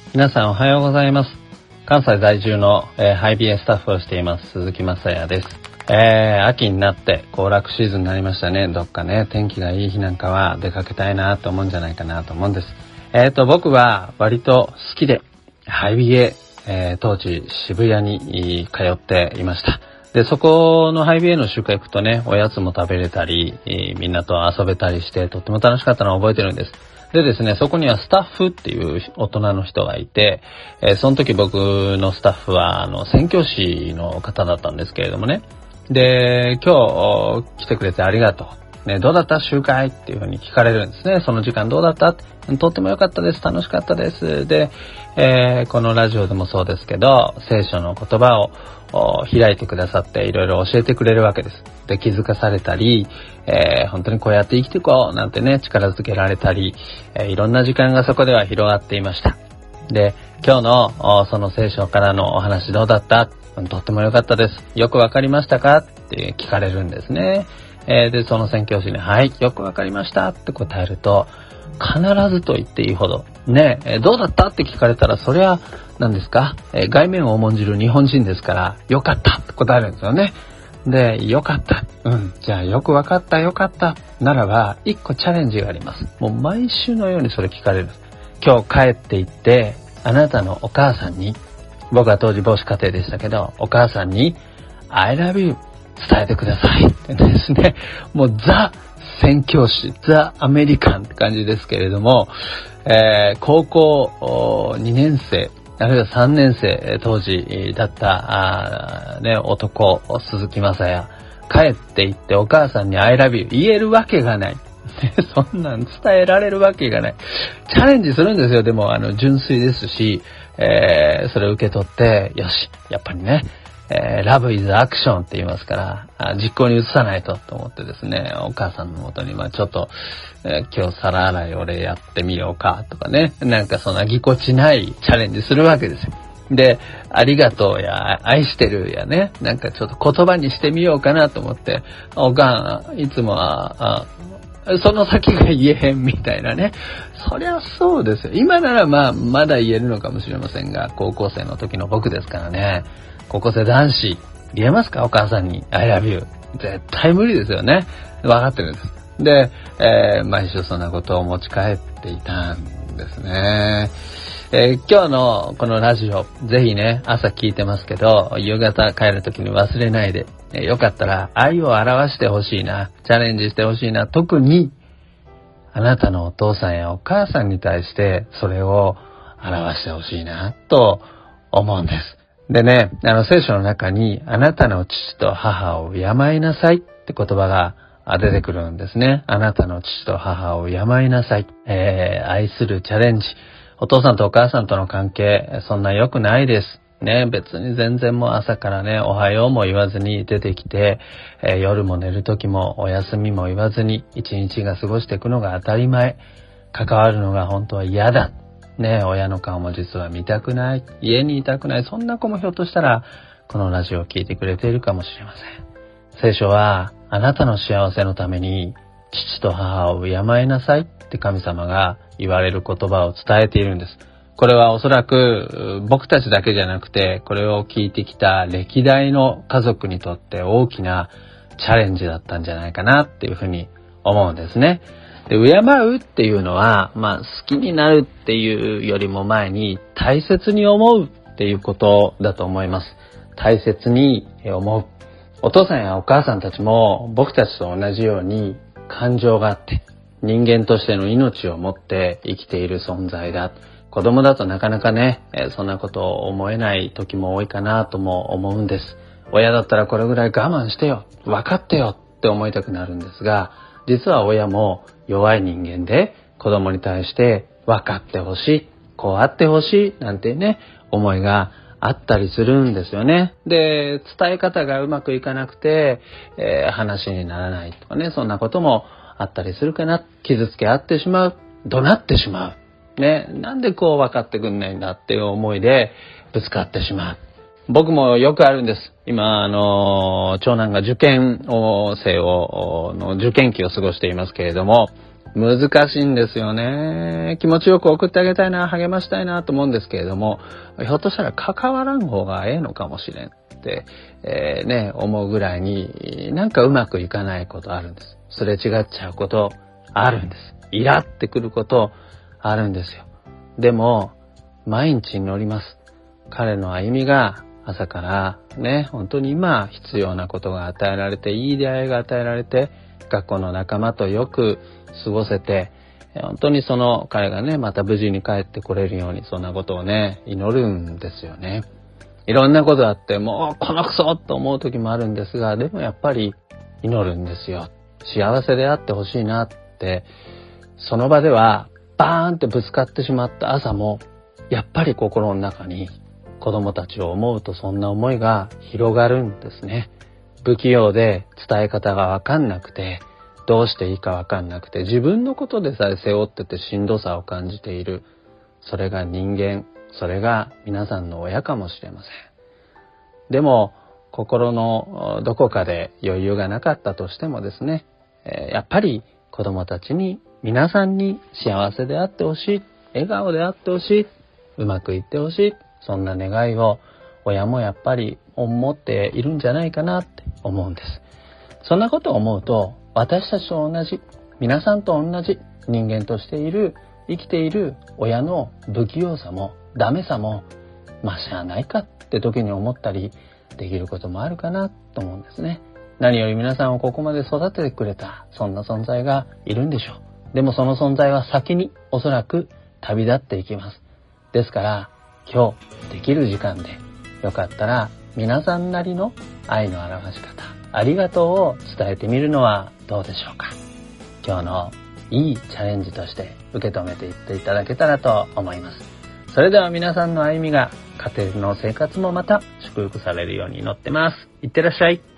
皆さんおはようございます。関西在住の、ハイビエスタッフをしています鈴木雅也です。秋になって行楽シーズンになりましたね。どっかね天気がいい日なんかは出かけたいなと思うんじゃないかなと思うんです。僕は割と好きでハイビエ、当時渋谷に通っていました。で、そこのハイビエの集会行くとね、おやつも食べれたり、みんなと遊べたりしてとっても楽しかったのを覚えてるんです。でですね、そこにはスタッフっていう大人の人がいて、その時僕のスタッフは宣教師の方だったんですけれどもね。で、今日来てくれてありがとう。ね、どうだった集会っていう風に聞かれるんですね。その時間どうだった？とっても良かったです。楽しかったです。で、このラジオでもそうですけど、聖書の言葉を開いてくださっていろいろ教えてくれるわけです。で、気づかされたり、本当にこうやって生きていこうなんてね、力づけられたり、いろんな時間がそこでは広がっていました。で、今日のその聖書からのお話どうだった？とっても良かったです。よくわかりましたか？って聞かれるんですね。で、その宣教師に、はい、よくわかりましたって答えると、必ずと言っていいほど、ね、どうだったって聞かれたら、そりゃ、何ですか、外面を重んじる日本人ですから、よかったって答えるんですよね。で、よかった。じゃあよくわかった、よかった。ならば、一個チャレンジがあります。もう毎週のようにそれ聞かれる。今日帰って行って、あなたのお母さんに、僕は当時母子家庭でしたけど、お母さんに、I love you 伝えてくださいってですね、もうザ宣教師、ザアメリカンって感じですけれども、高校2年生、あるいは3年生当時だった男、鈴木雅也、帰って行ってお母さんに I love you 言えるわけがない。そんなん伝えられるわけがない。チャレンジするんですよ。でも純粋ですし、それを受け取って、よし、やっぱりね、Love is action って言いますから、実行に移さないと思ってですね、お母さんのもとに、ちょっと、今日皿洗い俺やってみようかとかね、なんかそんなぎこちないチャレンジするわけですよ。で、ありがとうや愛してるやね、なんかちょっと言葉にしてみようかなと思って、おかん、いつもは、その先が言えへんみたいなね。そりゃそうですよ。今ならまだ言えるのかもしれませんが、高校生の時の僕ですからね。高校生男子、言えますか？お母さんに I love you。絶対無理ですよね。分かってるんです。で、毎週そんなことを持ち帰っていたんですね。今日のこのラジオ、ぜひね、朝聞いてますけど、夕方帰る時に忘れないで、よかったら愛を表してほしいな、チャレンジしてほしいな、特にあなたのお父さんやお母さんに対してそれを表してほしいなと思うんです。でね、聖書の中にあなたの父と母を敬いなさいって言葉が出てくるんですね。あなたの父と母を敬いなさい。愛するチャレンジ。お父さんとお母さんとの関係、そんな良くないです。ね、別に全然もう朝からね、おはようも言わずに出てきて、夜も寝る時もお休みも言わずに一日が過ごしていくのが当たり前。関わるのが本当は嫌だ。ね、親の顔も実は見たくない。家にいたくない。そんな子もひょっとしたら、このラジオを聞いてくれているかもしれません。聖書は、あなたの幸せのために、父と母を敬いなさいって神様が言われる言葉を伝えているんです。これはおそらく僕たちだけじゃなくて、これを聞いてきた歴代の家族にとって大きなチャレンジだったんじゃないかなっていうふうに思うんですね。で、敬うっていうのは、好きになるっていうよりも前に大切に思うっていうことだと思います。大切に思う。お父さんやお母さんたちも僕たちと同じように感情があって、人間としての命を持って生きている存在だ。子供だとなかなかね、そんなことを思えない時も多いかなとも思うんです。親だったらこれぐらい我慢してよ、分かってよって思いたくなるんですが、実は親も弱い人間で子供に対して分かってほしい、こうあってほしいなんてね、思いがあったりするんですよね。で、伝え方がうまくいかなくて、話にならないとかね、そんなこともあったりするかな。傷つけ合ってしまう、怒鳴ってしまう。ね、なんでこう分かってくんないんだっていう思いでぶつかってしまう。僕もよくあるんです。今、長男が受験生の受験期を過ごしていますけれども、 難しいんですよね。気持ちよく送ってあげたいな、励ましたいなと思うんですけれども、ひょっとしたら関わらん方がええのかもしれんって、思うぐらいに、なんかうまくいかないことあるんです。すれ違っちゃうことあるんです。イラってくることあるんですよ。でも、毎日祈ります。彼の歩みが朝からね、本当に今必要なことが与えられて、いい出会いが与えられて、学校の仲間とよく過ごせて、本当にその彼がね、また無事に帰ってこれるように、そんなことをね、祈るんですよね。いろんなことあって、もうこのクソと思う時もあるんですが、でもやっぱり祈るんですよ。幸せであってほしいなって、その場ではバーンってぶつかってしまった朝も、やっぱり心の中に子供たちを思うとそんな思いが広がるんですね。不器用で伝え方がわかんなくて、どうしていいかわかんなくて、自分のことでさえ背負っててしんどさを感じている。それが人間、それが皆さんの親かもしれません。でも、心のどこかで余裕がなかったとしてもですね、やっぱり子供たちに、皆さんに幸せであってほしい、笑顔であってほしい、うまくいってほしい、そんな願いを親もやっぱり思っているんじゃないかなって思うんです。そんなことを思うと、私たちと同じ、皆さんと同じ人間としている、生きている親の不器用さもダメさも、しゃあないかって時に思ったりできることもあるかなと思うんですね。何より皆さんをここまで育ててくれた、そんな存在がいるんでしょう。でもその存在は先におそらく旅立っていきます。ですから今日できる時間でよかったら皆さんなりの愛の表し方、ありがとうを伝えてみるのはどうでしょうか。今日のいいチャレンジとして受け止めていっていただけたらと思います。それでは皆さんの歩みが家庭の生活もまた祝福されるように祈ってます。いってらっしゃい。